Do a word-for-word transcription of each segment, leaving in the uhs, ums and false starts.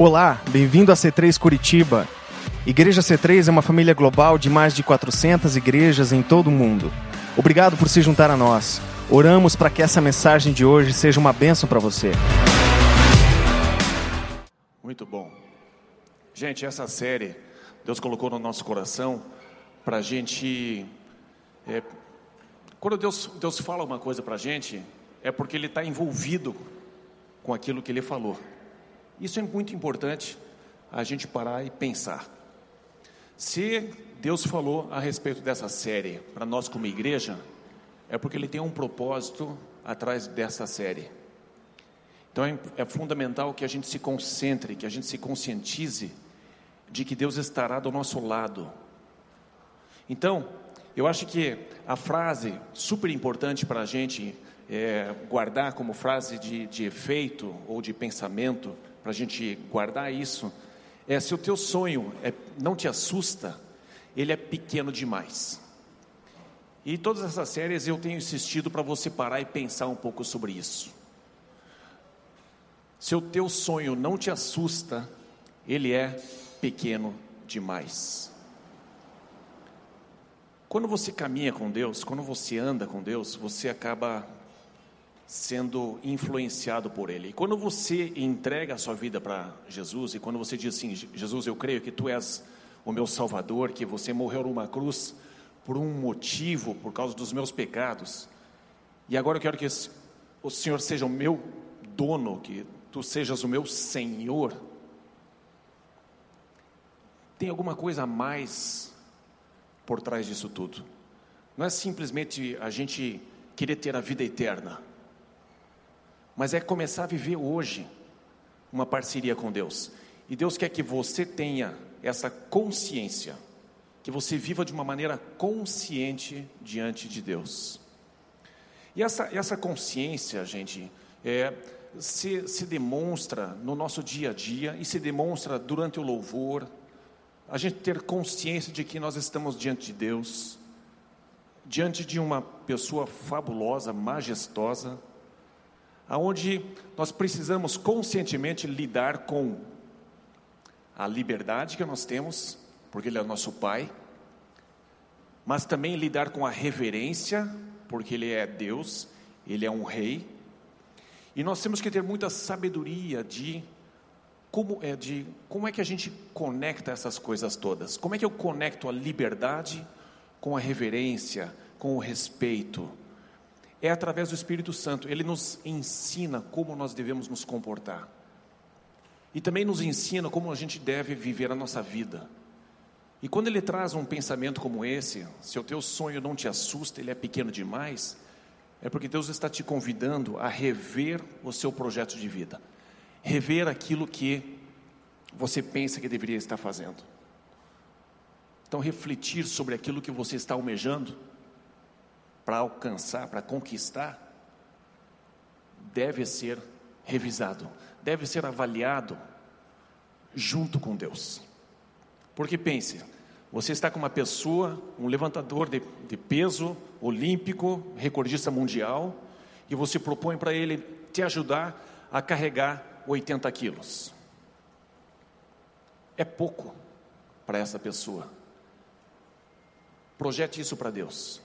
Olá, bem-vindo a C três Curitiba. Igreja C três é uma família global de mais de quatrocentas igrejas em todo o mundo. Obrigado por se juntar a nós. Oramos para que essa mensagem de hoje seja uma bênção para você. Muito bom. Gente, essa série Deus colocou no nosso coração para a gente... É, quando Deus, Deus fala uma coisa para a gente, é porque Ele está envolvido com aquilo que Ele falou. Isso é muito importante a gente parar e pensar. Se Deus falou a respeito dessa série para nós como igreja, é porque Ele tem um propósito atrás dessa série. Então é, é fundamental que a gente se concentre, que a gente se conscientize de que Deus estará do nosso lado. Então, eu acho que a frase super importante para a gente é, guardar como frase de, de efeito ou de pensamento, para a gente guardar isso, é: se o teu sonho é, não te assusta, ele é pequeno demais. E todas essas séries eu tenho insistido para você parar e pensar um pouco sobre isso. Se o teu sonho não te assusta, ele é pequeno demais. Quando você caminha com Deus, quando você anda com Deus, você acaba sendo influenciado por Ele. E quando você entrega a sua vida para Jesus, e quando você diz assim: Jesus, eu creio que Tu és o meu Salvador, que você morreu numa cruz por um motivo, por causa dos meus pecados, e agora eu quero que o Senhor seja o meu dono, que Tu sejas o meu Senhor. Tem alguma coisa a mais por trás disso tudo. Não é simplesmente a gente querer ter a vida eterna, mas é começar a viver hoje uma parceria com Deus. E Deus quer que você tenha essa consciência, que você viva de uma maneira consciente diante de Deus. E essa, essa consciência, gente, é, se, se demonstra no nosso dia a dia e se demonstra durante o louvor. A gente ter consciência de que nós estamos diante de Deus, diante de uma pessoa fabulosa, majestosa, aonde nós precisamos conscientemente lidar com a liberdade que nós temos, porque Ele é nosso Pai, mas também lidar com a reverência, porque Ele é Deus, Ele é um Rei, e nós temos que ter muita sabedoria de como é, de, como é que a gente conecta essas coisas todas, como é que eu conecto a liberdade com a reverência, com o respeito. É através do Espírito Santo. Ele nos ensina como nós devemos nos comportar. E também nos ensina como a gente deve viver a nossa vida. E quando Ele traz um pensamento como esse, se o teu sonho não te assusta, ele é pequeno demais, é porque Deus está te convidando a rever o seu projeto de vida. Rever aquilo que você pensa que deveria estar fazendo. Então, refletir sobre aquilo que você está almejando para alcançar, para conquistar, deve ser revisado, deve ser avaliado junto com Deus. Porque pense, você está com uma pessoa, um levantador de, de peso olímpico, recordista mundial, e você propõe para ele te ajudar a carregar oitenta quilos. É pouco para essa pessoa. Projete isso para Deus.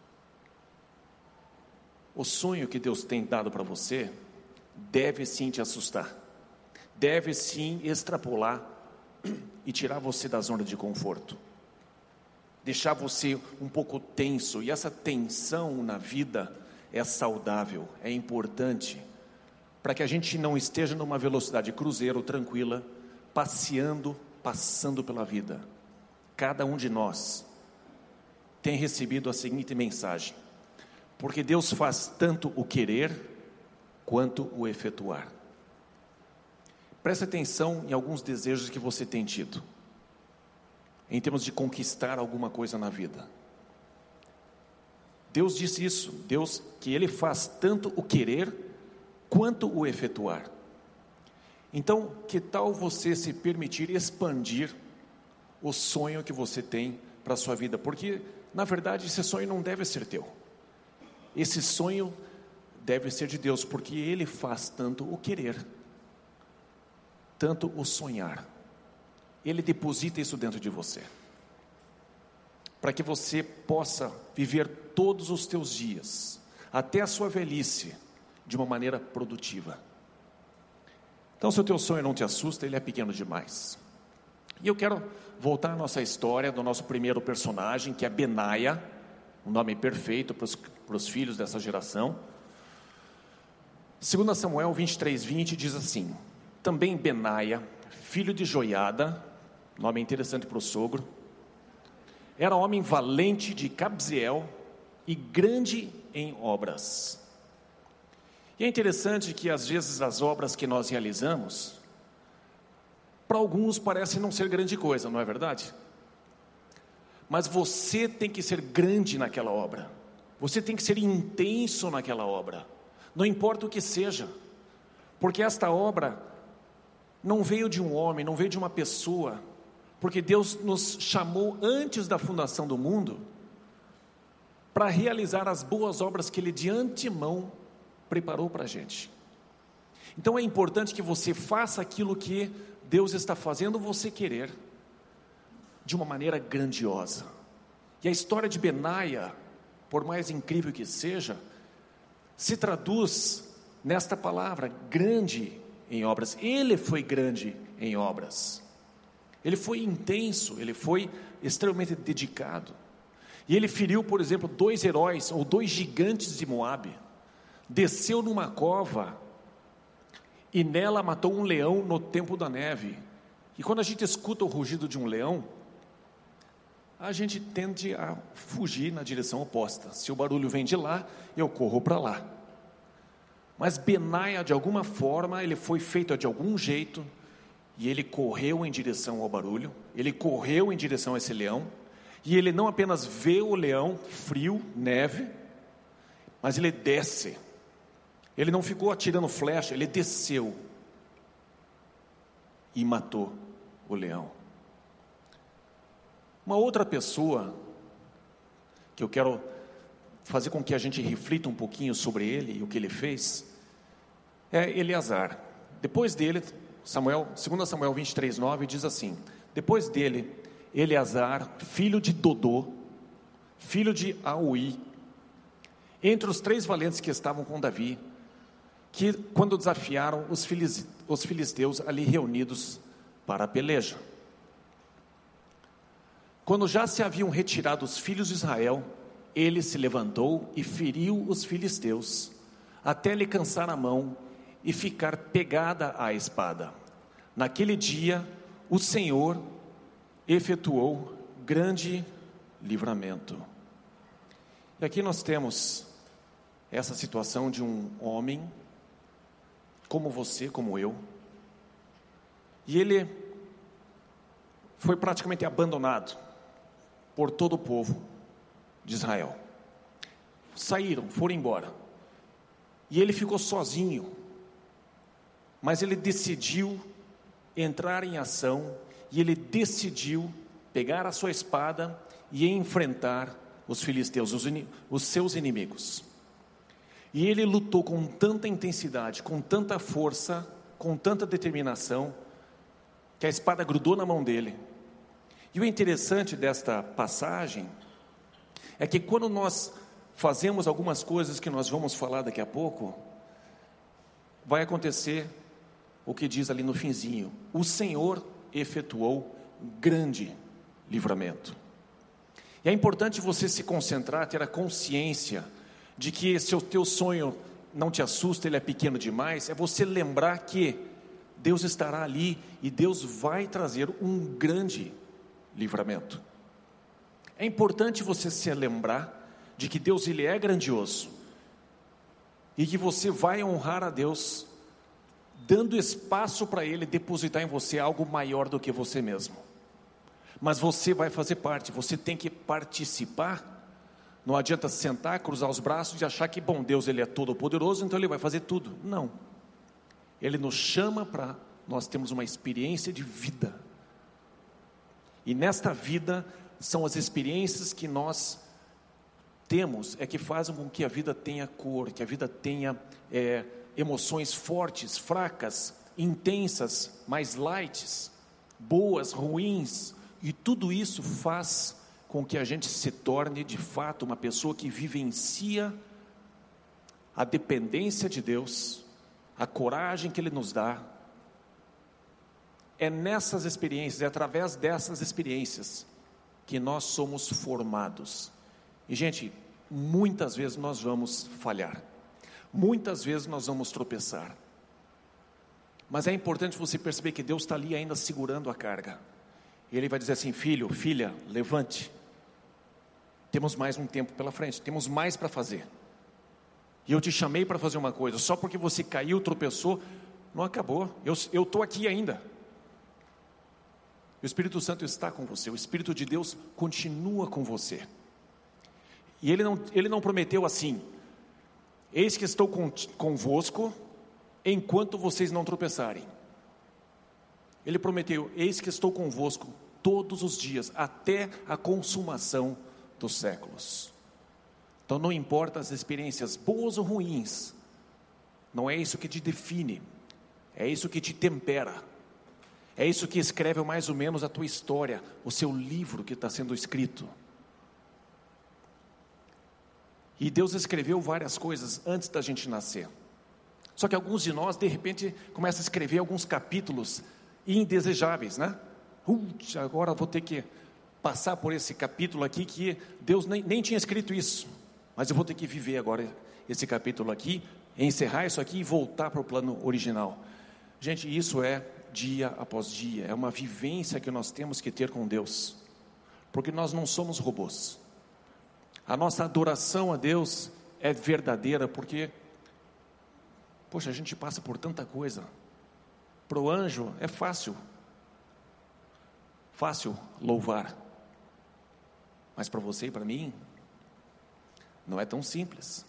O sonho que Deus tem dado para você deve sim te assustar, deve sim extrapolar e tirar você da zona de conforto, deixar você um pouco tenso. E essa tensão na vida é saudável, é importante, para que a gente não esteja numa velocidade cruzeiro tranquila, passeando, passando pela vida. Cada um de nós tem recebido a seguinte mensagem: porque Deus faz tanto o querer quanto o efetuar. Preste atenção em alguns desejos que você tem tido, em termos de conquistar alguma coisa na vida. Deus disse isso, Deus, que Ele faz tanto o querer quanto o efetuar. Então, que tal você se permitir expandir o sonho que você tem para a sua vida? Porque, na verdade, esse sonho não deve ser teu. Esse sonho deve ser de Deus, porque Ele faz tanto o querer tanto o sonhar. Ele deposita isso dentro de você, para que você possa viver todos os teus dias, até a sua velhice, de uma maneira produtiva. Então, se o teu sonho não te assusta, ele é pequeno demais. E eu quero voltar à nossa história do nosso primeiro personagem, que é Benaia, um nome perfeito para os, para os filhos dessa geração. Segundo Samuel vinte e três, vinte diz assim: também Benaia, filho de Joiada, nome interessante para o sogro, era homem valente de Cabzeel e grande em obras. E é interessante que às vezes as obras que nós realizamos, para alguns parecem não ser grande coisa, não é verdade? Mas você tem que ser grande naquela obra, você tem que ser intenso naquela obra, não importa o que seja, porque esta obra não veio de um homem, não veio de uma pessoa, porque Deus nos chamou antes da fundação do mundo, para realizar as boas obras que Ele de antemão preparou para a gente. Então é importante que você faça aquilo que Deus está fazendo você querer, de uma maneira grandiosa. E a história de Benaia, por mais incrível que seja, se traduz nesta palavra, grande em obras. Ele foi grande em obras, ele foi intenso, ele foi extremamente dedicado, e ele feriu, por exemplo, dois heróis, ou dois gigantes de Moabe, desceu numa cova, e nela matou um leão no tempo da neve. E quando a gente escuta o rugido de um leão, a gente tende a fugir na direção oposta. Se o barulho vem de lá, eu corro para lá. Mas Benaia, de alguma forma, ele foi feito de algum jeito, e ele correu em direção ao barulho, ele correu em direção a esse leão, e ele não apenas vê o leão, frio, neve, mas ele desce. Ele não ficou atirando flecha, ele desceu e matou o leão. Uma outra pessoa que eu quero fazer com que a gente reflita um pouquinho sobre ele e o que ele fez é Eleazar. Depois dele, Samuel, segundo Samuel vinte e três, nove diz assim: depois dele, Eleazar, filho de Dodô, filho de Aui, entre os três valentes que estavam com Davi, que quando desafiaram os, filiz, os filisteus ali reunidos para a peleja. Quando já se haviam retirado os filhos de Israel, ele se levantou e feriu os filisteus, até lhe cansar a mão e ficar pegada à espada. Naquele dia, o Senhor efetuou grande livramento. E aqui nós temos essa situação de um homem, como você, como eu, e ele foi praticamente abandonado por todo o povo de Israel. Saíram, foram embora, e ele ficou sozinho, mas ele decidiu entrar em ação, e ele decidiu pegar a sua espada e enfrentar os filisteus, os, os seus inimigos. E ele lutou com tanta intensidade, com tanta força, com tanta determinação, que a espada grudou na mão dele. E o interessante desta passagem é que quando nós fazemos algumas coisas que nós vamos falar daqui a pouco, vai acontecer o que diz ali no finzinho: o Senhor efetuou grande livramento. E é importante você se concentrar, ter a consciência de que se o teu sonho não te assusta, ele é pequeno demais, é você lembrar que Deus estará ali e Deus vai trazer um grande livramento. É importante você se lembrar de que Deus, ele é grandioso, e que você vai honrar a Deus, dando espaço para Ele depositar em você algo maior do que você mesmo. Mas você vai fazer parte, você tem que participar. Não adianta sentar, cruzar os braços e achar que, bom, Deus, ele é todo poderoso, então ele vai fazer tudo. Não, ele nos chama para nós termos uma experiência de vida, e nesta vida são as experiências que nós temos, é que fazem com que a vida tenha cor, que a vida tenha é, emoções fortes, fracas, intensas, mais lights, boas, ruins, e tudo isso faz com que a gente se torne de fato uma pessoa que vivencia a dependência de Deus, a coragem que Ele nos dá. É nessas experiências, é através dessas experiências que nós somos formados. E gente, muitas vezes nós vamos falhar, muitas vezes nós vamos tropeçar, mas é importante você perceber que Deus está ali ainda segurando a carga. Ele vai dizer assim: filho, filha, levante, temos mais um tempo pela frente, temos mais para fazer, e eu te chamei para fazer uma coisa. Só porque você caiu, tropeçou, não acabou, eu estou aqui ainda. O Espírito Santo está com você, o Espírito de Deus continua com você. E Ele não, ele não prometeu assim: eis que estou com, convosco enquanto vocês não tropeçarem. Ele prometeu: eis que estou convosco todos os dias, até a consumação dos séculos. Então não importa as experiências boas ou ruins, não é isso que te define, é isso que te tempera, é isso que escreve mais ou menos a tua história, o seu livro que está sendo escrito. E Deus escreveu várias coisas antes da gente nascer. Só que alguns de nós, de repente, começam a escrever alguns capítulos indesejáveis, né? Uh, agora vou ter que passar por esse capítulo aqui, que Deus nem, nem tinha escrito isso, mas eu vou ter que viver agora esse capítulo aqui, encerrar isso aqui e voltar para o plano original. Gente, isso é dia após dia, é uma vivência que nós temos que ter com Deus, porque nós não somos robôs. A nossa adoração a Deus é verdadeira, porque, poxa, a gente passa por tanta coisa. Para o anjo é fácil, fácil louvar, mas para você e para mim, não é tão simples.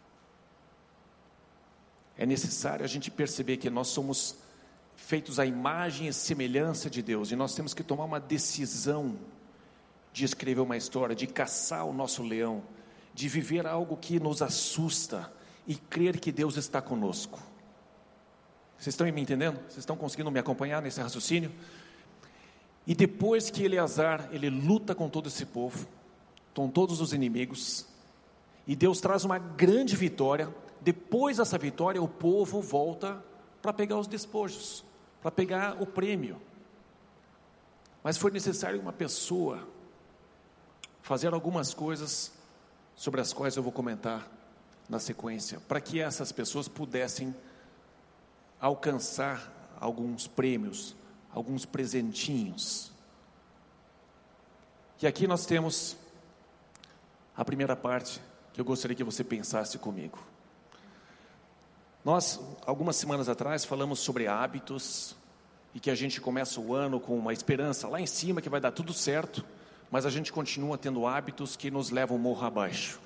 É necessário a gente perceber que nós somos feitos à imagem e semelhança de Deus, e nós temos que tomar uma decisão de escrever uma história, de caçar o nosso leão, de viver algo que nos assusta e crer que Deus está conosco. Vocês estão me entendendo? Vocês estão conseguindo me acompanhar nesse raciocínio? E depois que Eleazar, ele luta com todo esse povo, com todos os inimigos, e Deus traz uma grande vitória. Depois dessa vitória, o povo volta para pegar os despojos, para pegar o prêmio. Mas foi necessário uma pessoa fazer algumas coisas sobre as quais eu vou comentar na sequência, para que essas pessoas pudessem alcançar alguns prêmios, alguns presentinhos. E aqui nós temos a primeira parte que eu gostaria que você pensasse comigo. Nós, algumas semanas atrás, falamos sobre hábitos, e que a gente começa o ano com uma esperança lá em cima que vai dar tudo certo, mas a gente continua tendo hábitos que nos levam morro abaixo.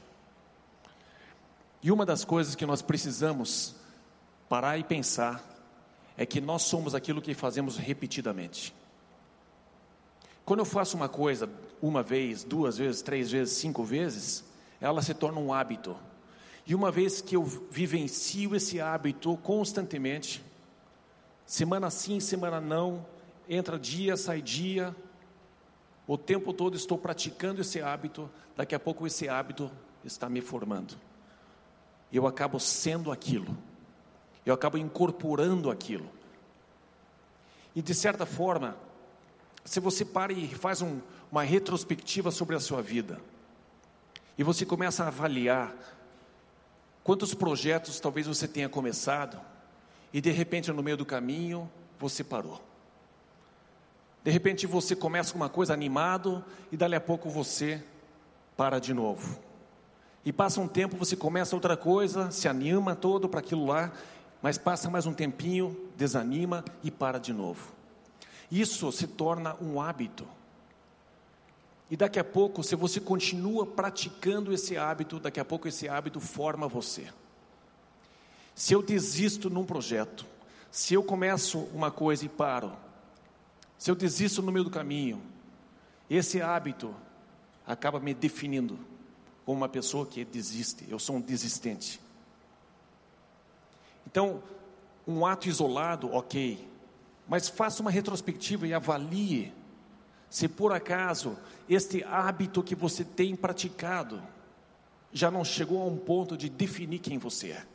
E uma das coisas que nós precisamos parar e pensar é que nós somos aquilo que fazemos repetidamente. Quando eu faço uma coisa uma vez, duas vezes, três vezes, cinco vezes, ela se torna um hábito. E uma vez que eu vivencio esse hábito constantemente, semana sim, semana não, entra dia, sai dia, o tempo todo estou praticando esse hábito, daqui a pouco esse hábito está me formando. E eu acabo sendo aquilo, eu acabo incorporando aquilo. E de certa forma, se você para e faz um, uma retrospectiva sobre a sua vida, e você começa a avaliar quantos projetos talvez você tenha começado, e de repente no meio do caminho você parou. De repente você começa com uma coisa animado, e dali a pouco você para de novo. E passa um tempo, você começa outra coisa, se anima todo para aquilo lá, mas passa mais um tempinho, desanima e para de novo. Isso se torna um hábito. E daqui a pouco, se você continua praticando esse hábito, daqui a pouco esse hábito forma você. Se eu desisto num projeto, se eu começo uma coisa e paro, se eu desisto no meio do caminho, esse hábito acaba me definindo como uma pessoa que desiste. Eu sou um desistente. Então, um ato isolado, ok, mas faça uma retrospectiva e avalie se por acaso este hábito que você tem praticado já não chegou a um ponto de definir quem você é.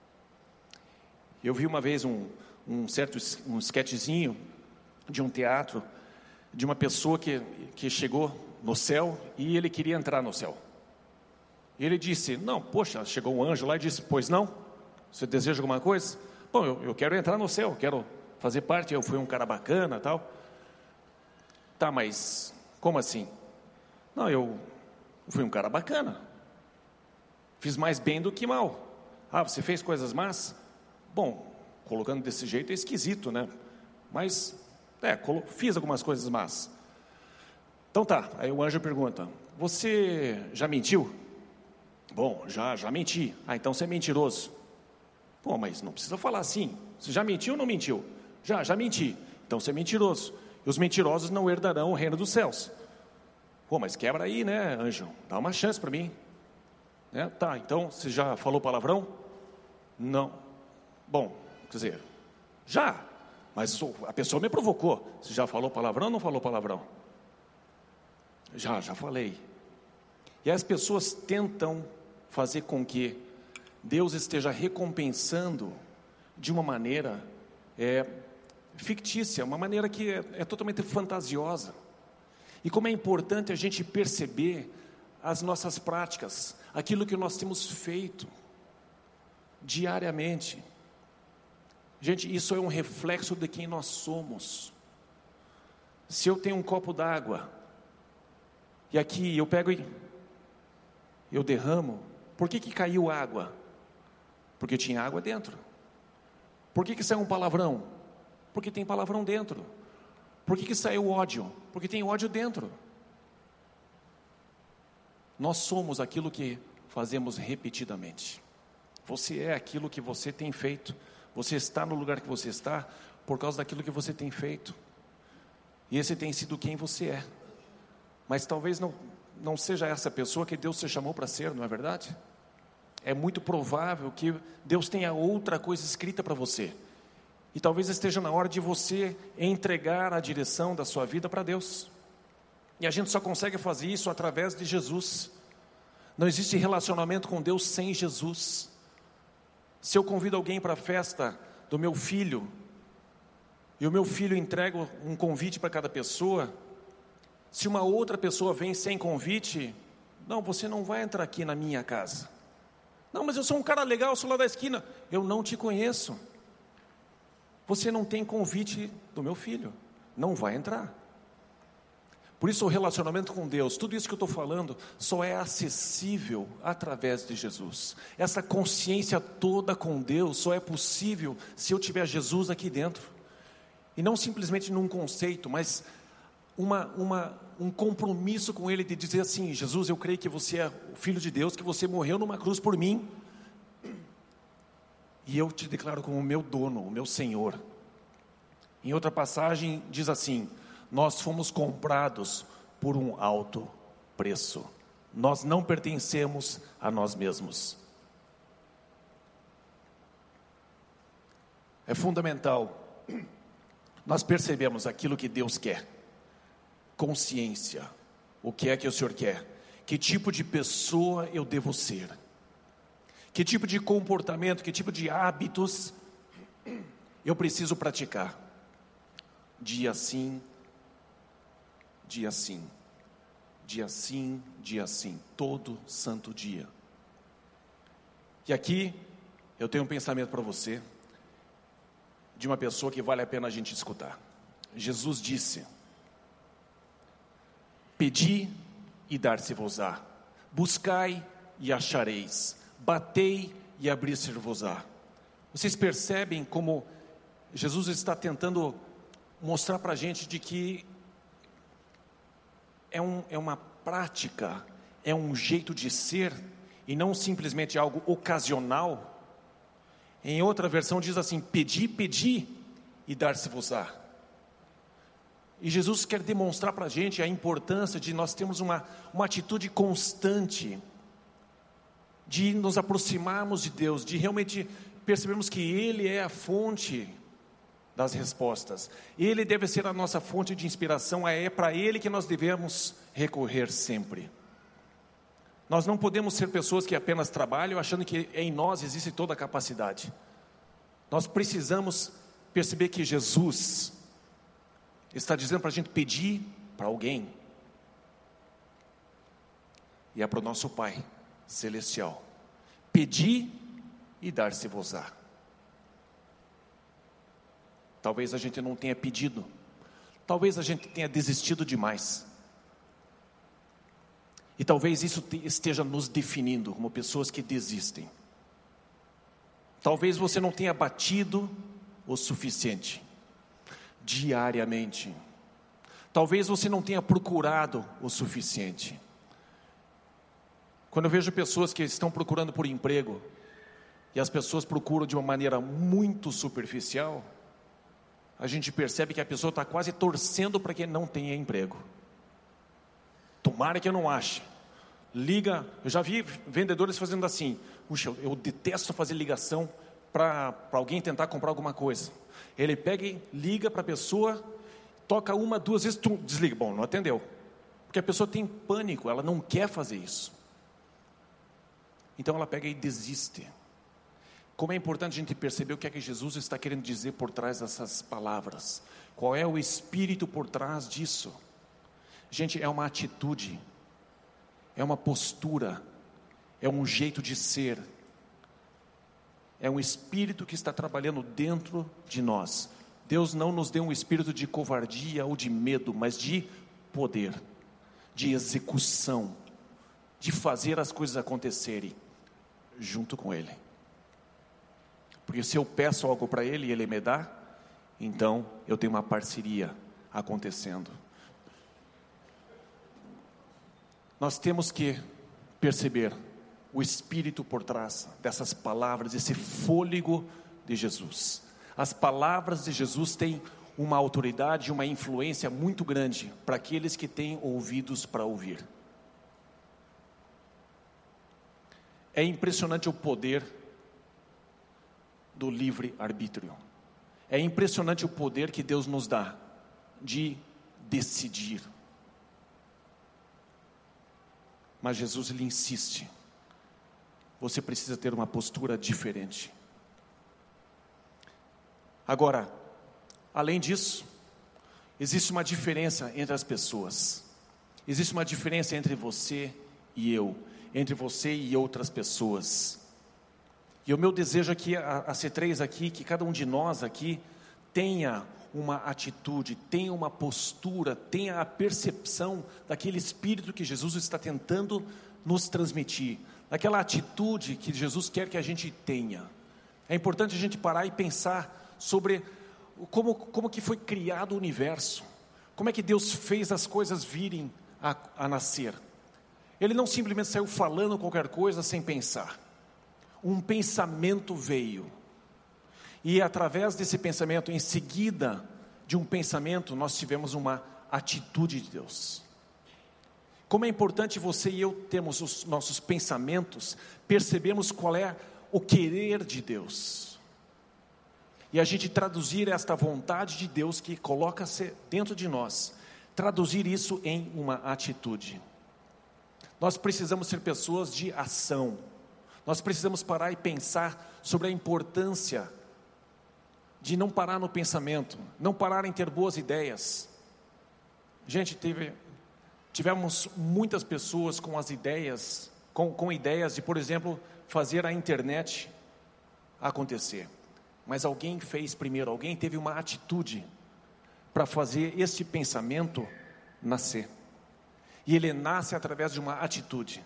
Eu vi uma vez um, um certo um sketchzinho de um teatro, de uma pessoa que, que chegou no céu e ele queria entrar no céu. E ele disse, não, poxa, chegou um anjo lá e disse, pois não? Você deseja alguma coisa? Bom, eu, eu quero entrar no céu, quero fazer parte, eu fui um cara bacana e tal. Tá, mas como assim? Não, eu fui um cara bacana. Fiz mais bem do que mal. Ah, você fez coisas más? Bom, colocando desse jeito é esquisito, né? Mas, é, fiz algumas coisas más. Então tá, aí o anjo pergunta, você já mentiu? Bom, já, já menti. Ah, então você é mentiroso. Pô, mas não precisa falar assim. Você já mentiu ou não mentiu? Já, já menti. Então você é mentiroso. E os mentirosos não herdarão o reino dos céus. Pô, mas quebra aí, né, anjo? Dá uma chance para mim. Né? Tá, então você já falou palavrão? Não. Bom, quer dizer, já. Mas a pessoa me provocou. Você já falou palavrão ou não falou palavrão? Já, já falei. E as pessoas tentam fazer com que Deus esteja recompensando de uma maneira é, fictícia, uma maneira que é, é totalmente fantasiosa. E como é importante a gente perceber as nossas práticas, aquilo que nós temos feito diariamente. Gente, isso é um reflexo de quem nós somos. Se eu tenho um copo d'água e aqui eu pego e eu derramo, por que que caiu água? Porque tinha água dentro. Por que que saiu um palavrão? Porque tem palavrão dentro. Por que que saiu ódio? Porque tem ódio dentro. Nós somos aquilo que fazemos repetidamente. Você é aquilo que você tem feito. Você está no lugar que você está por causa daquilo que você tem feito. E esse tem sido quem você é. Mas talvez não, não seja essa pessoa que Deus te chamou para ser, não é verdade? É muito provável que Deus tenha outra coisa escrita para você. E talvez esteja na hora de você entregar a direção da sua vida para Deus. E a gente só consegue fazer isso através de Jesus. Não existe relacionamento com Deus sem Jesus. Se eu convido alguém para a festa do meu filho, e o meu filho entrega um convite para cada pessoa, se uma outra pessoa vem sem convite, não, você não vai entrar aqui na minha casa. Não, mas eu sou um cara legal, eu sou lá da esquina. Eu não te conheço. Você não tem convite do meu filho, não vai entrar. Por isso o relacionamento com Deus, tudo isso que eu estou falando, só é acessível através de Jesus. Essa consciência toda com Deus só é possível se eu tiver Jesus aqui dentro. E não simplesmente num conceito, mas uma, uma, um compromisso com Ele de dizer assim, Jesus, eu creio que você é o Filho de Deus, que você morreu numa cruz por mim. E eu te declaro como o meu dono, o meu Senhor. Em outra passagem diz assim, nós fomos comprados por um alto preço. Nós não pertencemos a nós mesmos. É fundamental nós percebemos aquilo que Deus quer. Consciência. O que é que o Senhor quer? Que tipo de pessoa eu devo ser? Que tipo de comportamento, que tipo de hábitos eu preciso praticar? Dia sim, dia sim, dia sim, dia sim, todo santo dia. E aqui eu tenho um pensamento para você, de uma pessoa que vale a pena a gente escutar. Jesus disse, pedi e dar-se-vos-á, buscai e achareis, batei e abrir-se-vos-á. Vocês percebem como Jesus está tentando mostrar para a gente de que é, um, é uma prática, é um jeito de ser, e não simplesmente algo ocasional. Em outra versão diz assim, pedi, pedi e dar-se-vos-á. E Jesus quer demonstrar para a gente a importância de nós termos uma, uma atitude constante, de nos aproximarmos de Deus, de realmente percebemos que Ele é a fonte das respostas. Ele deve ser a nossa fonte de inspiração, é para Ele que nós devemos recorrer sempre. Nós não podemos ser pessoas que apenas trabalham achando que em nós existe toda a capacidade. Nós precisamos perceber que Jesus está dizendo para a gente pedir para alguém. E é para o nosso Pai Celestial. Pedir e dar-se-vos-á. Talvez a gente não tenha pedido. Talvez a gente tenha desistido demais. E talvez isso esteja nos definindo como pessoas que desistem. Talvez você não tenha batido o suficiente, diariamente. Talvez você não tenha procurado o suficiente. Quando eu vejo pessoas que estão procurando por emprego, e as pessoas procuram de uma maneira muito superficial, a gente percebe que a pessoa está quase torcendo para que não tenha emprego. Tomara que eu não ache. Liga, eu já vi vendedores fazendo assim: puxa, eu detesto fazer ligação para alguém tentar comprar alguma coisa. Ele pega e liga para a pessoa, toca uma, duas vezes, tum, desliga. Bom, não atendeu. Porque a pessoa tem pânico, ela não quer fazer isso. Então ela pega e desiste. Como é importante a gente perceber o que é que Jesus está querendo dizer por trás dessas palavras. Qual é o espírito por trás disso? Gente, é uma atitude, é uma postura, é um jeito de ser, é um espírito que está trabalhando dentro de nós. Deus não nos deu um espírito de covardia ou de medo, mas de poder, de execução, de fazer as coisas acontecerem junto com Ele. Porque se eu peço algo para Ele e Ele me dá, então eu tenho uma parceria acontecendo. Nós temos que perceber o espírito por trás dessas palavras, esse fôlego de Jesus. As palavras de Jesus têm uma autoridade, uma influência muito grande para aqueles que têm ouvidos para ouvir. É impressionante o poder do livre-arbítrio. É impressionante o poder que Deus nos dá de decidir. Mas Jesus, Ele insiste, você precisa ter uma postura diferente. Agora, além disso, existe uma diferença entre as pessoas. Existe uma diferença entre você e eu, entre você e outras pessoas. E o meu desejo aqui, a, a C três aqui, que cada um de nós aqui tenha uma atitude, tenha uma postura, tenha a percepção daquele espírito que Jesus está tentando nos transmitir, daquela atitude que Jesus quer que a gente tenha. É importante a gente parar e pensar sobre como, como que foi criado o universo, como é que Deus fez as coisas virem a, a nascer. Ele não simplesmente saiu falando qualquer coisa sem pensar. Um pensamento veio, e através desse pensamento, em seguida de um pensamento, nós tivemos uma atitude de Deus. Como é importante você e eu termos os nossos pensamentos, percebemos qual é o querer de Deus, e a gente traduzir esta vontade de Deus que coloca-se dentro de nós, traduzir isso em uma atitude. Nós precisamos ser pessoas de ação. Nós precisamos parar e pensar sobre a importância de não parar no pensamento, não parar em ter boas ideias. Gente, teve, tivemos muitas pessoas com as ideias, com, com ideias de, por exemplo, fazer a internet acontecer. Mas alguém fez primeiro, alguém teve uma atitude para fazer este pensamento nascer. E ele nasce através de uma atitude.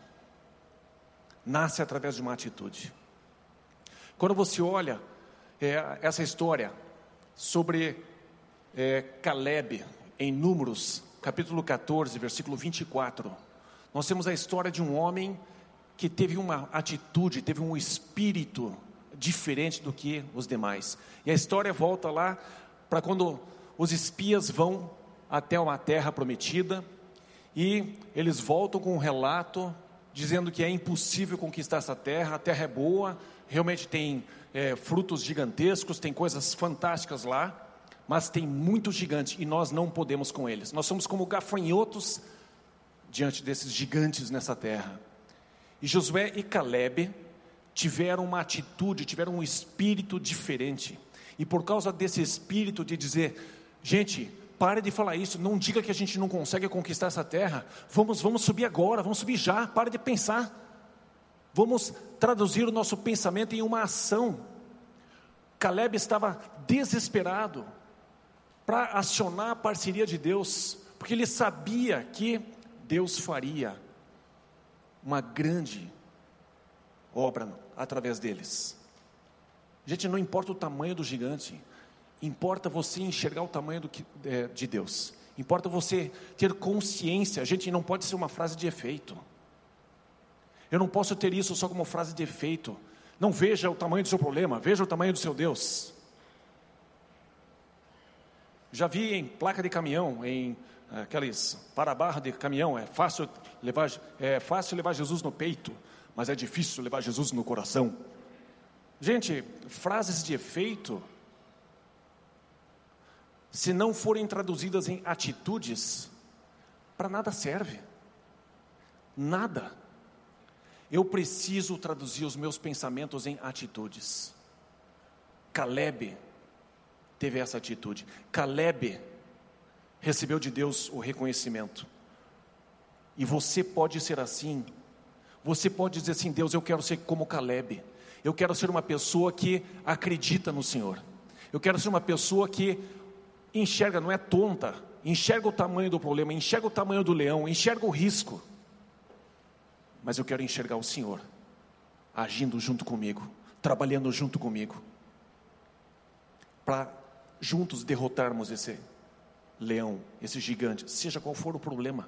Nasce através de uma atitude. Quando você olha é, essa história sobre é, Caleb, em Números, capítulo catorze, versículo vinte e quatro, nós temos a história de um homem que teve uma atitude, teve um espírito diferente do que os demais. E a história volta lá para quando os espias vão até uma terra prometida, e eles voltam com um relato dizendo que é impossível conquistar essa terra. A terra é boa, realmente tem é, frutos gigantescos, tem coisas fantásticas lá, mas tem muitos gigantes e nós não podemos com eles. Nós somos como gafanhotos diante desses gigantes nessa terra. E Josué e Calebe tiveram uma atitude, tiveram um espírito diferente. E por causa desse espírito de dizer, gente, pare de falar isso, não diga que a gente não consegue conquistar essa terra, vamos, vamos subir agora, vamos subir já, pare de pensar, vamos traduzir o nosso pensamento em uma ação. Calebe estava desesperado para acionar a parceria de Deus, porque ele sabia que Deus faria uma grande obra através deles. Gente, não importa o tamanho do gigante, importa você enxergar o tamanho do que, é, de Deus. Importa você ter consciência. A gente não pode ser uma frase de efeito. Eu não posso ter isso só como frase de efeito. Não veja o tamanho do seu problema, veja o tamanho do seu Deus. Já vi em placa de caminhão, em aqueles para-barra de caminhão, é fácil levar, é fácil levar Jesus no peito, mas é difícil levar Jesus no coração. Gente, frases de efeito, se não forem traduzidas em atitudes, para nada serve. Nada. Eu preciso traduzir os meus pensamentos em atitudes. Calebe teve essa atitude. Calebe recebeu de Deus o reconhecimento. E você pode ser assim. Você pode dizer assim, Deus, eu quero ser como Calebe. Eu quero ser uma pessoa que acredita no Senhor. Eu quero ser uma pessoa que enxerga, não é tonta, enxerga o tamanho do problema, enxerga o tamanho do leão, enxerga o risco. Mas eu quero enxergar o Senhor agindo junto comigo, trabalhando junto comigo, para juntos derrotarmos esse leão, esse gigante, seja qual for o problema.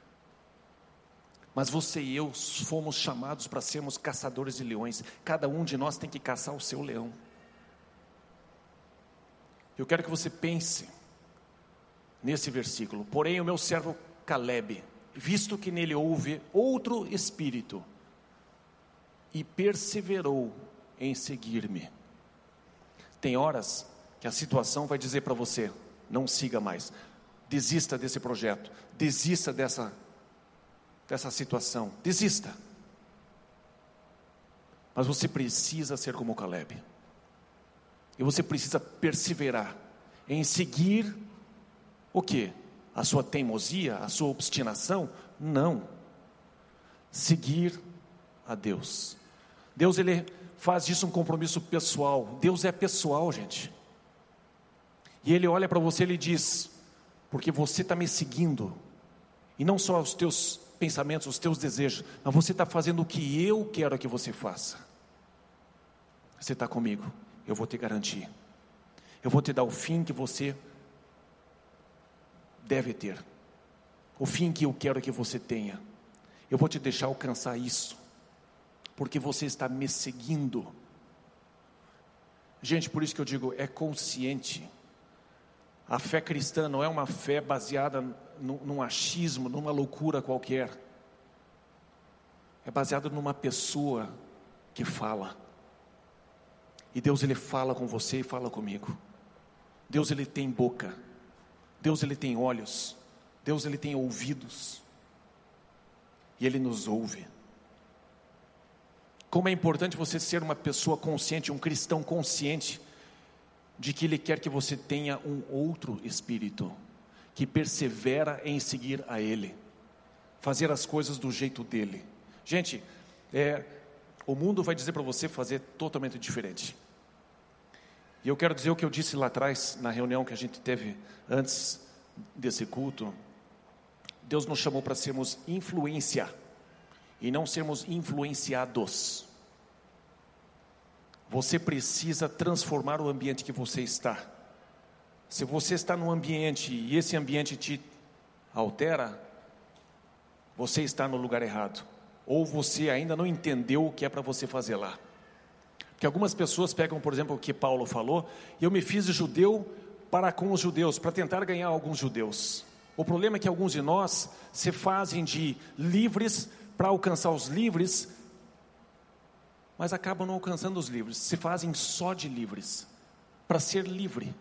Mas você e eu fomos chamados para sermos caçadores de leões. Cada um de nós tem que caçar o seu leão. Eu quero que você pense nesse versículo. Porém o meu servo Calebe, visto que nele houve outro espírito, e perseverou em seguir-me. Tem horas que a situação vai dizer para você, não siga mais, desista desse projeto, desista dessa, dessa situação, desista. Mas você precisa ser como Calebe. E você precisa perseverar em seguir o quê? A sua teimosia, a sua obstinação? Não. Seguir a Deus. Deus, Ele faz disso um compromisso pessoal. Deus é pessoal, gente. E Ele olha para você e Ele diz, porque você está me seguindo, e não só os teus pensamentos, os teus desejos, mas você está fazendo o que eu quero que você faça. Você está comigo, eu vou te garantir. Eu vou te dar o fim que você deve ter, o fim que eu quero que você tenha. Eu vou te deixar alcançar isso, porque você está me seguindo. Gente, por isso que eu digo, é consciente. A fé cristã não é uma fé baseada num, num achismo, numa loucura qualquer. É baseada numa pessoa que fala. E Deus, Ele fala com você e fala comigo. Deus, Ele tem boca. Deus, Ele tem olhos. Deus, Ele tem ouvidos. E Ele nos ouve. Como é importante você ser uma pessoa consciente, um cristão consciente, de que Ele quer que você tenha um outro espírito, que persevera em seguir a Ele, fazer as coisas do jeito dEle. Gente, é, o mundo vai dizer para você fazer totalmente diferente. E eu quero dizer o que eu disse lá atrás, na reunião que a gente teve antes desse culto. Deus nos chamou para sermos influência, e não sermos influenciados. Você precisa transformar o ambiente que você está. Se você está num ambiente, e esse ambiente te altera, você está no lugar errado. Ou você ainda não entendeu o que é para você fazer lá. Porque algumas pessoas pegam, por exemplo, o que Paulo falou, e eu me fiz de judeu para com os judeus, para tentar ganhar alguns judeus. O problema é que alguns de nós se fazem de livres para alcançar os livres, mas acabam não alcançando os livres, se fazem só de livres, para ser livre.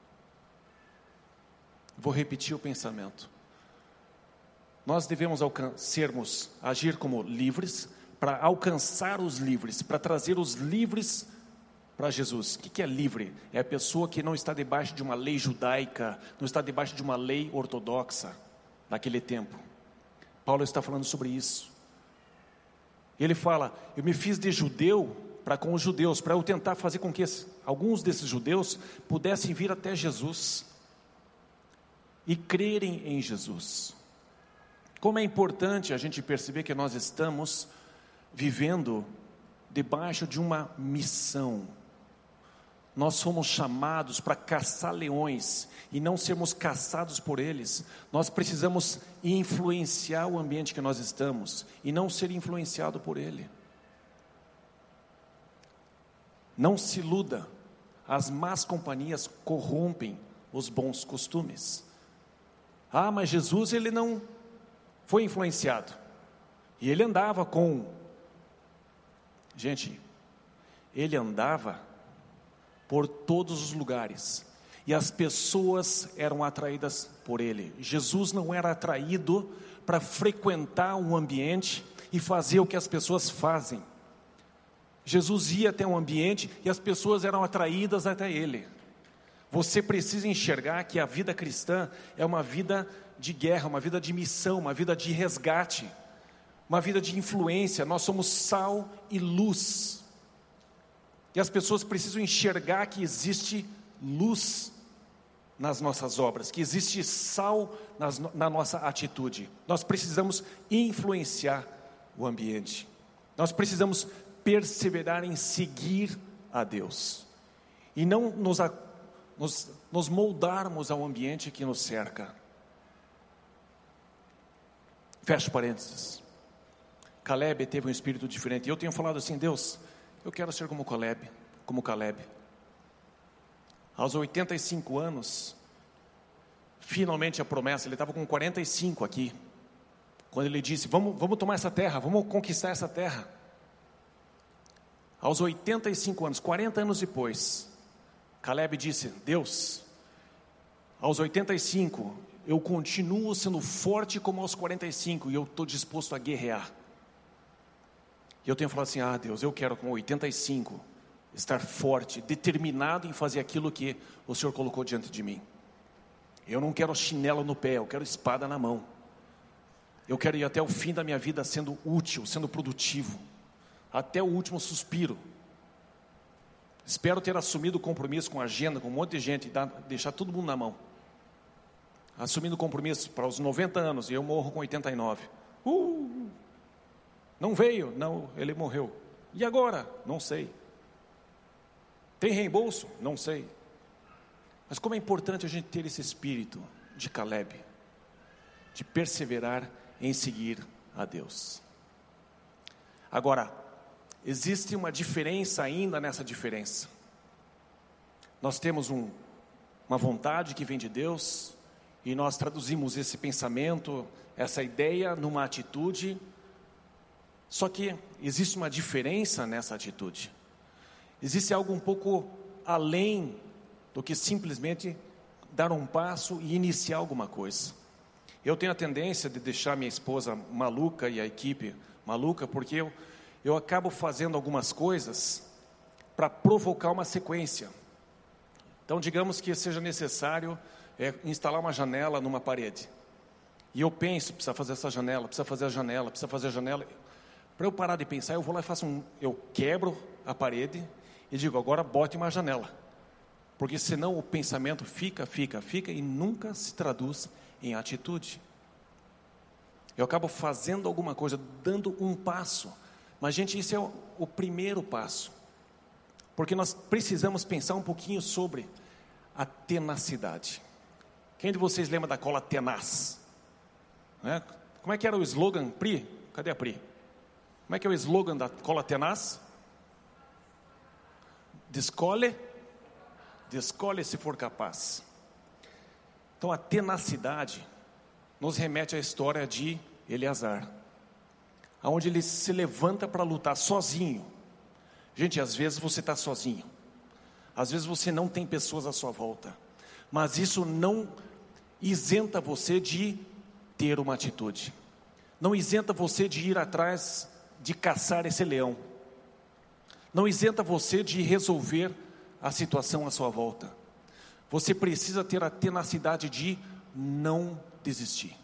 Vou repetir o pensamento. Nós devemos sermos, agir como livres, para alcançar os livres, para trazer os livres para Jesus. O que é livre? É a pessoa que não está debaixo de uma lei judaica, não está debaixo de uma lei ortodoxa naquele tempo. Paulo está falando sobre isso. Ele fala, eu me fiz de judeu para com os judeus, para eu tentar fazer com que esse, alguns desses judeus pudessem vir até Jesus e crerem em Jesus. Como é importante a gente perceber que nós estamos vivendo debaixo de uma missão. Nós somos chamados para caçar leões e não sermos caçados por eles. Nós precisamos influenciar o ambiente que nós estamos e não ser influenciado por ele. Não se iluda, as más companhias corrompem os bons costumes. Ah, mas Jesus ele não foi influenciado, e ele andava com, gente, ele andava por todos os lugares, e as pessoas eram atraídas por ele. Jesus não era atraído para frequentar um ambiente e fazer o que as pessoas fazem. Jesus ia até um ambiente e as pessoas eram atraídas até ele. Você precisa enxergar que a vida cristã é uma vida de guerra, uma vida de missão, uma vida de resgate, uma vida de influência. Nós somos sal e luz. E as pessoas precisam enxergar que existe luz nas nossas obras, que existe sal nas, na nossa atitude. Nós precisamos influenciar o ambiente. Nós precisamos perseverar em seguir a Deus. E não nos, nos, nos moldarmos ao ambiente que nos cerca. Fecha parênteses. Caleb teve um espírito diferente. E eu tenho falado assim, Deus, eu quero ser como Caleb, como Caleb. Aos oitenta e cinco anos, finalmente a promessa, ele estava com quarenta e cinco aqui, quando ele disse, vamos, vamos tomar essa terra, vamos conquistar essa terra. Aos oitenta e cinco anos, quarenta anos depois, Caleb disse, Deus, aos oitenta e cinco, eu continuo sendo forte como aos quarenta e cinco, e eu estou disposto a guerrear. E eu tenho falado assim, ah Deus, eu quero com oitenta e cinco, estar forte, determinado em fazer aquilo que o Senhor colocou diante de mim. Eu não quero chinelo no pé, eu quero espada na mão. Eu quero ir até o fim da minha vida sendo útil, sendo produtivo, até o último suspiro. Espero ter assumido o compromisso com a agenda, com um monte de gente, e dar, deixar todo mundo na mão. Assumindo o compromisso para os noventa anos, e eu morro com oitenta e nove. Uh, não veio? Não, ele morreu. E agora? Não sei. Tem reembolso? Não sei. Mas como é importante a gente ter esse espírito de Caleb, de perseverar em seguir a Deus. Agora, existe uma diferença ainda nessa diferença. Nós temos um, uma vontade que vem de Deus, e nós traduzimos esse pensamento, essa ideia numa atitude, só que existe uma diferença nessa atitude. Existe algo um pouco além do que simplesmente dar um passo e iniciar alguma coisa. Eu tenho a tendência de deixar minha esposa maluca e a equipe maluca, porque eu, eu acabo fazendo algumas coisas para provocar uma sequência. Então, digamos que seja necessário é, instalar uma janela numa parede. E eu penso, precisa fazer essa janela, precisa fazer a janela, precisa fazer a janela. Para eu parar de pensar, eu vou lá e faço um... Eu quebro a parede e digo, agora bote uma janela. Porque senão o pensamento fica, fica, fica e nunca se traduz em atitude. Eu acabo fazendo alguma coisa, dando um passo. Mas, gente, isso é o, o primeiro passo. Porque nós precisamos pensar um pouquinho sobre a tenacidade. Quem de vocês lembra da cola tenaz? Né? Como é que era o slogan, Pri? Cadê a Pri? Como é que é o slogan da cola tenaz? Descole, descole se for capaz. Então a tenacidade nos remete à história de Eleazar. onde ele se levanta para lutar sozinho. Gente, às vezes você está sozinho, às vezes você não tem pessoas à sua volta, mas isso não isenta você de ter uma atitude, não isenta você de ir atrás, de caçar esse leão, não isenta você de resolver a situação à sua volta. Você precisa ter a tenacidade de não desistir,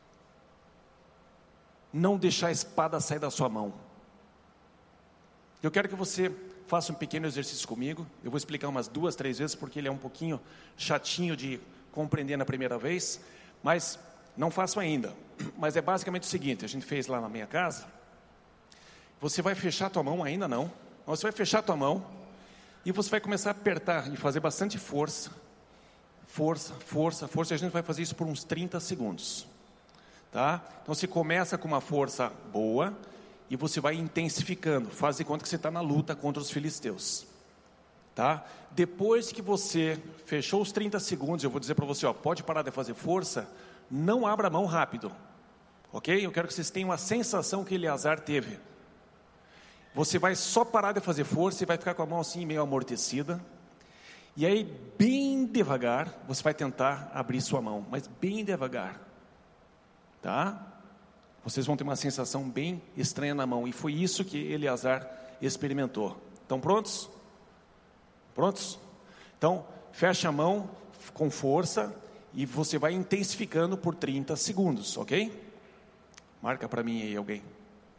não deixar a espada sair da sua mão. Eu quero que você faça um pequeno exercício comigo. Eu vou explicar umas duas, três vezes, porque ele é um pouquinho chatinho de compreender na primeira vez, mas não faço ainda. Mas é basicamente o seguinte, a gente fez lá na minha casa. Você vai fechar a tua mão, ainda não, você vai fechar a tua mão, e você vai começar a apertar e fazer bastante força, força, força, força, e a gente vai fazer isso por uns trinta segundos, tá? Então você começa com uma força boa, e você vai intensificando, faz de conta que você está na luta contra os filisteus, tá? Depois que você fechou os trinta segundos, eu vou dizer para você, ó, pode parar de fazer força, não abra a mão rápido, ok? Eu quero que vocês tenham a sensação que Eleazar teve. Você vai só parar de fazer força e vai ficar com a mão assim meio amortecida, e aí bem devagar, você vai tentar abrir sua mão, mas bem devagar, tá? Vocês vão ter uma sensação bem estranha na mão, e foi isso que Eleazar experimentou. Estão prontos? Prontos? Então, fecha a mão com força, e você vai intensificando por trinta segundos, ok? Marca para mim aí alguém.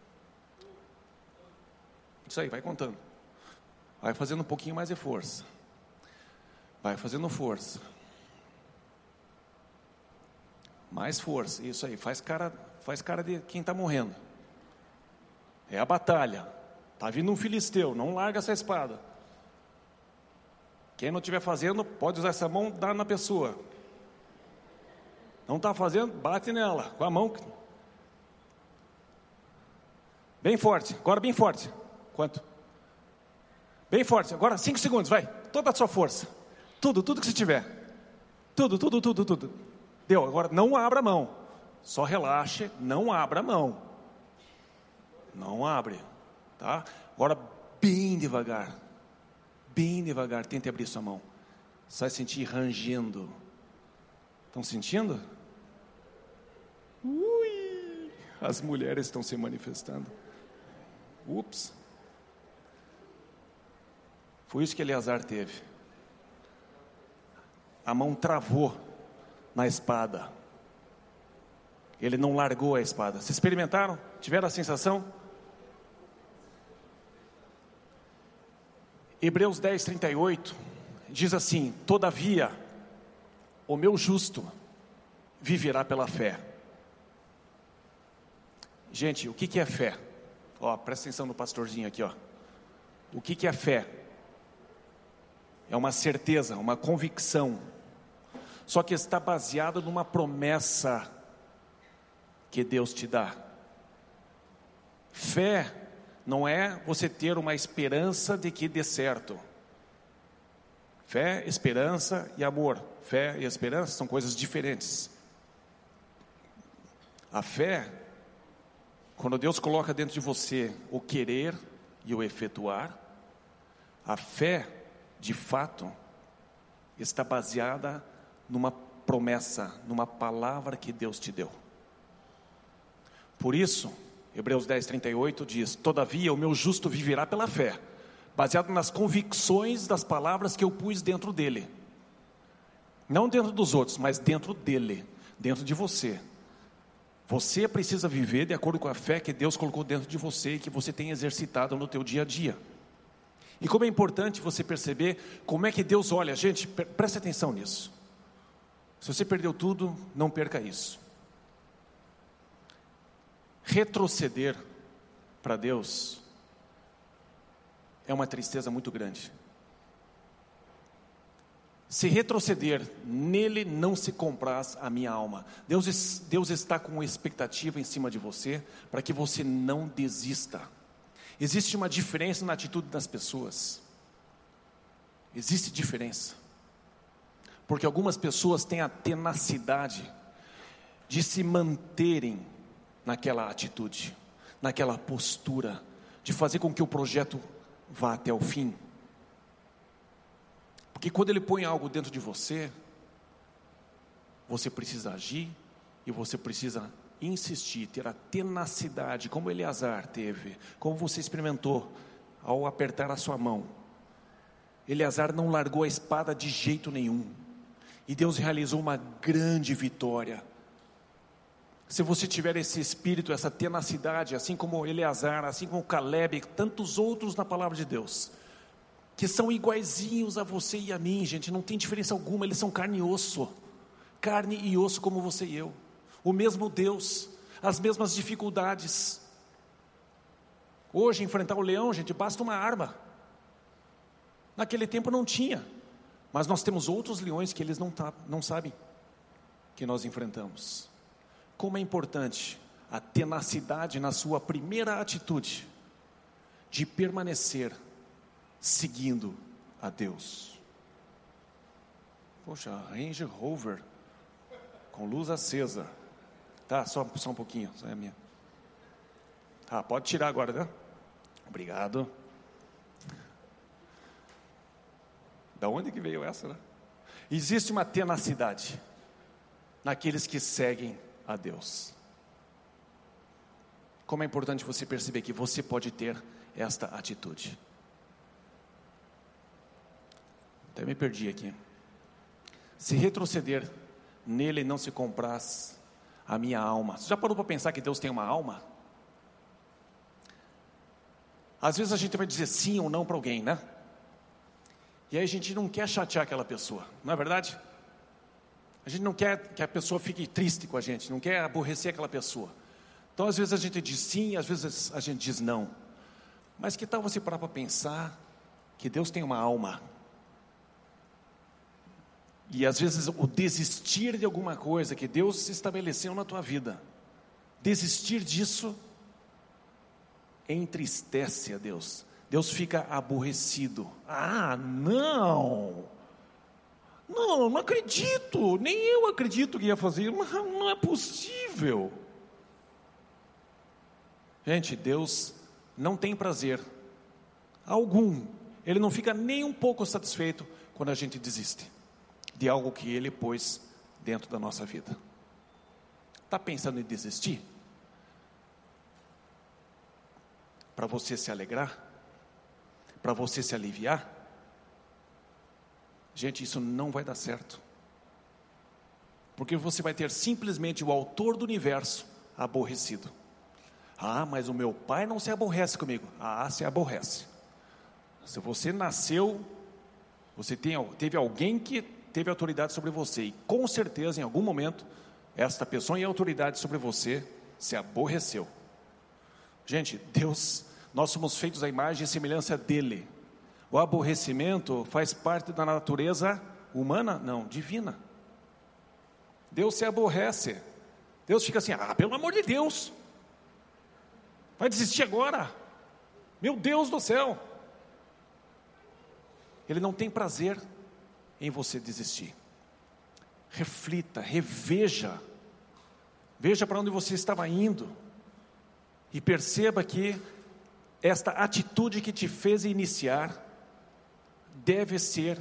Isso aí, vai contando. Vai fazendo um pouquinho mais de força. Vai fazendo força. Mais força, isso aí, faz cara, faz cara de quem está morrendo. É a batalha. Está vindo um filisteu, não larga essa espada. Quem não estiver fazendo, pode usar essa mão, dar na pessoa. Não está fazendo, bate nela, com a mão. Bem forte, agora bem forte. Quanto? Bem forte, agora cinco segundos, vai. Toda a sua força. Tudo, tudo que você tiver. Tudo, tudo, tudo, tudo. Deu, agora não abra a mão. Só relaxe, não abra a mão. Não abre, tá? Agora bem devagar. Bem devagar, tente abrir sua mão. Você vai sentir rangendo. Estão sentindo? Ui, as mulheres estão se manifestando. Ups. Foi isso que Eleazar teve. A mão travou na espada. Ele não largou a espada. Vocês experimentaram? Tiveram a sensação? Hebreus dez, trinta e oito diz assim: todavia, o meu justo viverá pela fé. Gente, o que que é fé? Ó, presta atenção no pastorzinho aqui, ó. O que que é fé? É uma certeza, uma convicção, só que está baseado numa promessa que Deus te dá. Fé não é você ter uma esperança de que dê certo. Fé, esperança e amor. Fé e esperança são coisas diferentes. A fé, quando Deus coloca dentro de você o querer e o efetuar, a fé, de fato, está baseada numa promessa, numa palavra que Deus te deu. Por isso, Hebreus dez, trinta e oito diz: todavia o meu justo viverá pela fé, baseado nas convicções das palavras que eu pus dentro dele. Não dentro dos outros, mas dentro dele, dentro de você. Você precisa viver de acordo com a fé que Deus colocou dentro de você e que você tem exercitado no teu dia a dia. E como é importante você perceber como é que Deus olha. Gente, preste atenção nisso. Se você perdeu tudo, não perca isso. Retroceder para Deus é uma tristeza muito grande. Se retroceder, nele não se compraz a minha alma. Deus, Deus está com uma expectativa em cima de você, para que você não desista. Existe uma diferença na atitude das pessoas. Existe diferença. Porque algumas pessoas têm a tenacidade de se manterem naquela atitude. naquela postura de fazer com que o projeto vá até o fim. Porque quando Ele põe algo dentro de você, você precisa agir e você precisa insistir, ter a tenacidade, como Eleazar teve, como você experimentou ao apertar a sua mão. Eleazar não largou a espada de jeito nenhum, e Deus realizou uma grande vitória. Se você tiver esse espírito, essa tenacidade, assim como Eleazar, assim como Caleb, tantos outros na palavra de Deus, que são iguaizinhos a você e a mim, gente, não tem diferença alguma, eles são carne e osso, carne e osso como você e eu, o mesmo Deus, as mesmas dificuldades. Hoje enfrentar o leão, gente, basta uma arma. Naquele tempo não tinha, mas nós temos outros leões que eles não, tá, não sabem que nós enfrentamos. Como é importante a tenacidade na sua primeira atitude de permanecer seguindo a Deus. Poxa, Range Rover com luz acesa. Tá, só, só um pouquinho, só é a minha. Tá, pode tirar agora, né? Obrigado. Da onde que veio essa, né? Existe uma tenacidade naqueles que seguem a Deus. Como é importante você perceber que você pode ter esta atitude. Até me perdi aqui. Se retroceder nele não se compraz a minha alma. Você já parou para pensar que Deus tem uma alma? Às vezes a gente vai dizer sim ou não para alguém, né? E aí a gente não quer chatear aquela pessoa, não é verdade? A gente não quer que a pessoa fique triste com a gente, não quer aborrecer aquela pessoa. Então às vezes a gente diz sim, às vezes a gente diz não. Mas que tal você parar para pensar que Deus tem uma alma? E às vezes o desistir de alguma coisa que Deus estabeleceu na tua vida, desistir disso entristece a Deus. Deus fica aborrecido. Ah, não, não, não acredito, nem eu acredito que ia fazer, mas não é possível. Gente, Deus não tem prazer algum, Ele não fica nem um pouco satisfeito quando a gente desiste de algo que Ele pôs dentro da nossa vida. Está pensando em desistir? Para você se alegrar? Para você se aliviar? Gente, isso não vai dar certo. Porque você vai ter simplesmente o autor do universo aborrecido. Ah, mas o meu pai não se aborrece comigo. Ah, se aborrece. Se você nasceu, você tem, teve alguém que teve autoridade sobre você, e com certeza em algum momento esta pessoa em autoridade sobre você se aborreceu. Gente, Deus, nós somos feitos à imagem e semelhança dele. O aborrecimento faz parte da natureza humana? Não, divina. Deus se aborrece. Deus fica assim, ah, pelo amor de Deus, vai desistir agora? Meu Deus do céu. Ele não tem prazer em você desistir. Reflita, reveja, veja para onde você estava indo, e perceba que esta atitude que te fez iniciar deve ser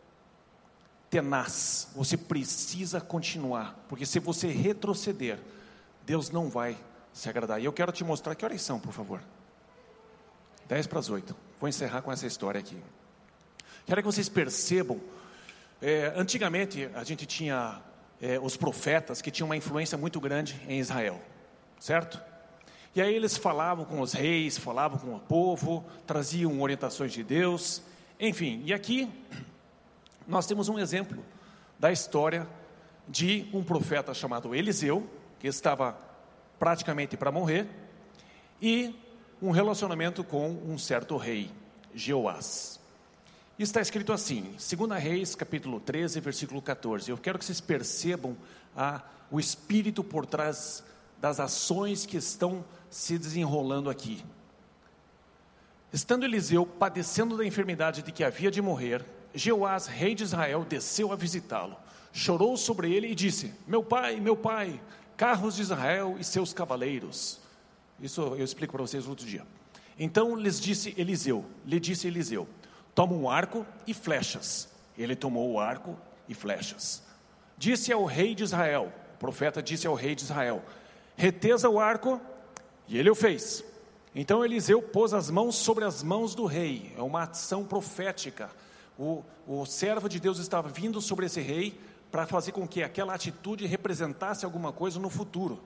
tenaz. Você precisa continuar, porque se você retroceder, Deus não vai se agradar. E eu quero te mostrar, que horas são, por favor? dez para as oito. Vou encerrar com essa história aqui. Quero que vocês percebam, é, antigamente a gente tinha é, os profetas que tinham uma influência muito grande em Israel, certo? E aí eles falavam com os reis, falavam com o povo, traziam orientações de Deus, enfim. E aqui nós temos um exemplo da história de um profeta chamado Eliseu, que estava praticamente para morrer, e um relacionamento com um certo rei, Jeoás. Está escrito assim, Segunda Reis, capítulo treze, versículo catorze. Eu quero que vocês percebam a, o espírito por trás das ações que estão se desenrolando aqui. Estando Eliseu padecendo da enfermidade de que havia de morrer, Jeoás, rei de Israel, desceu a visitá-lo, chorou sobre ele e disse: meu pai, meu pai, carros de Israel e seus cavaleiros. Isso eu explico para vocês outro dia. Então lhes disse Eliseu, lhe disse Eliseu, toma um arco e flechas. Ele tomou o arco e flechas. Disse ao rei de Israel, o profeta disse ao rei de Israel, retesa o arco, e ele o fez. Então Eliseu pôs as mãos sobre as mãos do rei, é uma ação profética. O, o servo de Deus estava vindo sobre esse rei para fazer com que aquela atitude representasse alguma coisa no futuro.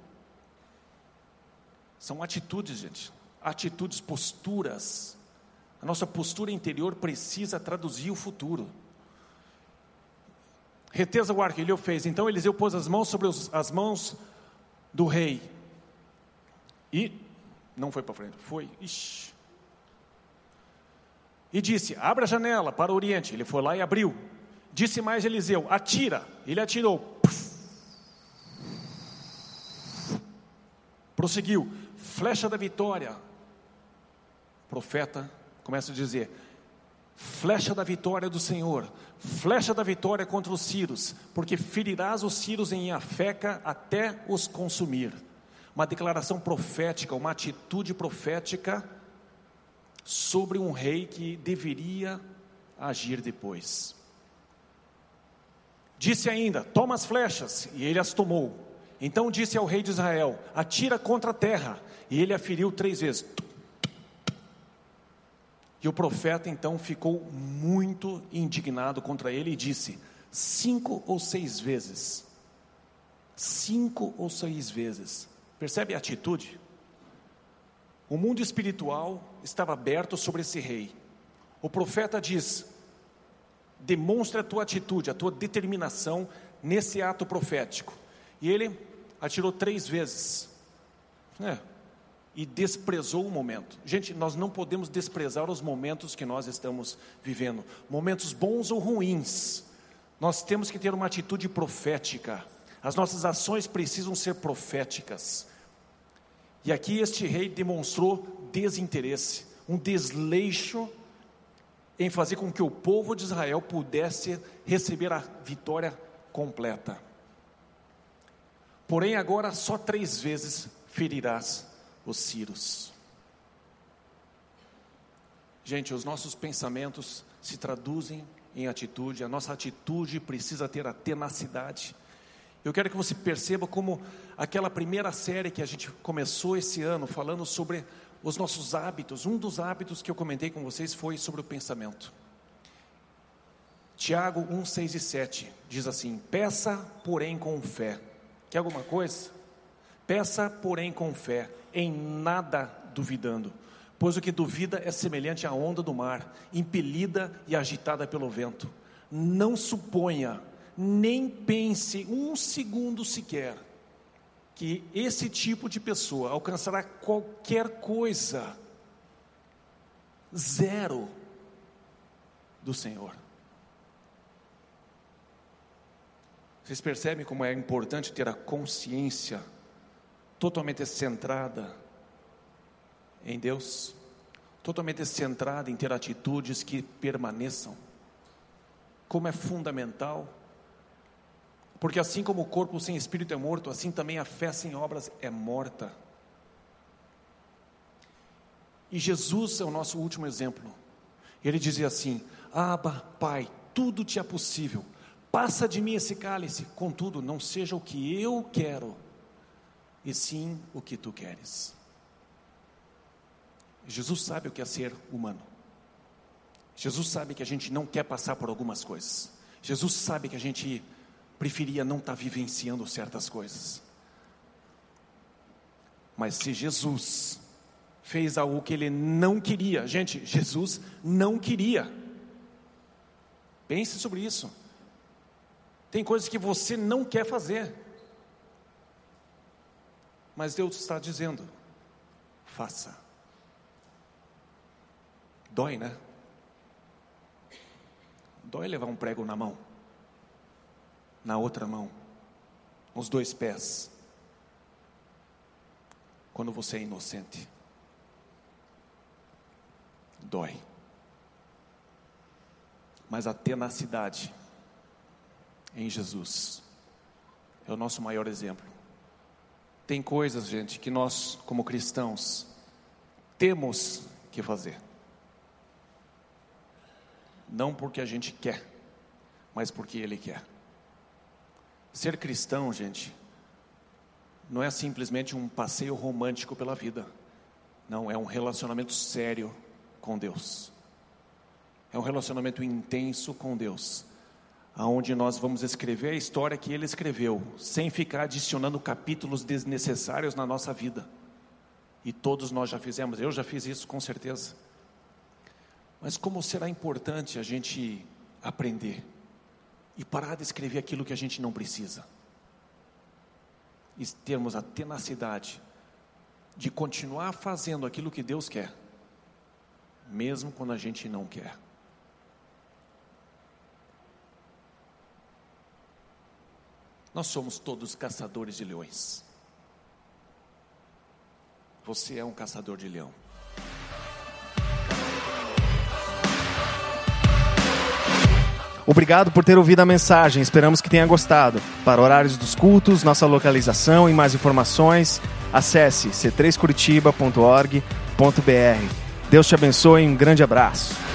São atitudes, gente, atitudes, posturas. A nossa postura interior precisa traduzir o futuro. Retesa o arco, ele o fez. Então Eliseu pôs as mãos sobre os, as mãos do rei. E não foi para frente, foi. Ixi. E disse, abra a janela para o oriente. Ele foi lá e abriu. Disse mais Eliseu, atira. Ele atirou. Prosseguiu, flecha da vitória. O profeta começa a dizer, flecha da vitória do Senhor, flecha da vitória contra os sírios, porque ferirás os sírios em Afeca até os consumir. Uma declaração profética, uma atitude profética sobre um rei que deveria agir depois. Disse ainda, toma as flechas, e ele as tomou. Então disse ao rei de Israel, atira contra a terra, e ele a feriu três vezes. E o profeta então ficou muito indignado contra ele e disse, cinco ou seis vezes, cinco ou seis vezes, percebe a atitude? O mundo espiritual estava aberto sobre esse rei. O profeta diz, demonstra a tua atitude, a tua determinação nesse ato profético. E ele atirou três vezes, é, e desprezou o momento. Gente, nós não podemos desprezar os momentos que nós estamos vivendo, momentos bons ou ruins. Nós temos que ter uma atitude profética. As nossas ações precisam ser proféticas. E aqui este rei demonstrou desinteresse, um desleixo em fazer com que o povo de Israel pudesse receber a vitória completa. Porém agora só três vezes ferirás os sírios. Gente, os nossos pensamentos se traduzem em atitude. A nossa atitude precisa ter a tenacidade. Eu quero que você perceba como aquela primeira série que a gente começou esse ano, falando sobre os nossos hábitos, um dos hábitos que eu comentei com vocês foi sobre o pensamento. Tiago um, seis e sete diz assim, peça porém com fé. Quer alguma coisa? Peça porém com fé, em nada duvidando, pois o que duvida é semelhante à onda do mar, impelida e agitada pelo vento. Não suponha, nem pense um segundo sequer, que esse tipo de pessoa alcançará qualquer coisa, zero, do Senhor. Vocês percebem como é importante ter a consciência totalmente centrada em Deus, totalmente centrada em ter atitudes que permaneçam, como é fundamental, porque assim como o corpo sem espírito é morto, assim também a fé sem obras é morta. E Jesus é o nosso último exemplo. Ele dizia assim, Abba, Pai, tudo te é possível, passa de mim esse cálice, contudo não seja o que eu quero, e sim o que tu queres. Jesus sabe o que é ser humano. Jesus sabe que a gente não quer passar por algumas coisas. Jesus sabe que a gente preferia não estar vivenciando certas coisas. Mas se Jesus fez algo que ele não queria, gente, Jesus não queria. Pense sobre isso. Tem coisas que você não quer fazer, mas Deus está dizendo, faça. Dói, né? Dói levar um prego na mão, na outra mão, nos dois pés, quando você é inocente. Dói. Mas a tenacidade em Jesus é o nosso maior exemplo. tem coisas, gente, que nós, como cristãos, temos que fazer. Não porque a gente quer, mas porque Ele quer. Ser cristão, gente, não é simplesmente um passeio romântico pela vida. Não, é um relacionamento sério com Deus. É um relacionamento intenso com Deus, aonde nós vamos escrever a história que Ele escreveu, sem ficar adicionando capítulos desnecessários na nossa vida. E todos nós já fizemos, eu já fiz isso com certeza. Mas como será importante a gente aprender e parar de escrever aquilo que a gente não precisa, e termos a tenacidade de continuar fazendo aquilo que Deus quer, mesmo quando a gente não quer. Nós somos todos caçadores de leões. Você é um caçador de leão. Obrigado por ter ouvido a mensagem, esperamos que tenha gostado. Para horários dos cultos, nossa localização e mais informações, acesse c três curitiba ponto org ponto b r. Deus te abençoe e um grande abraço.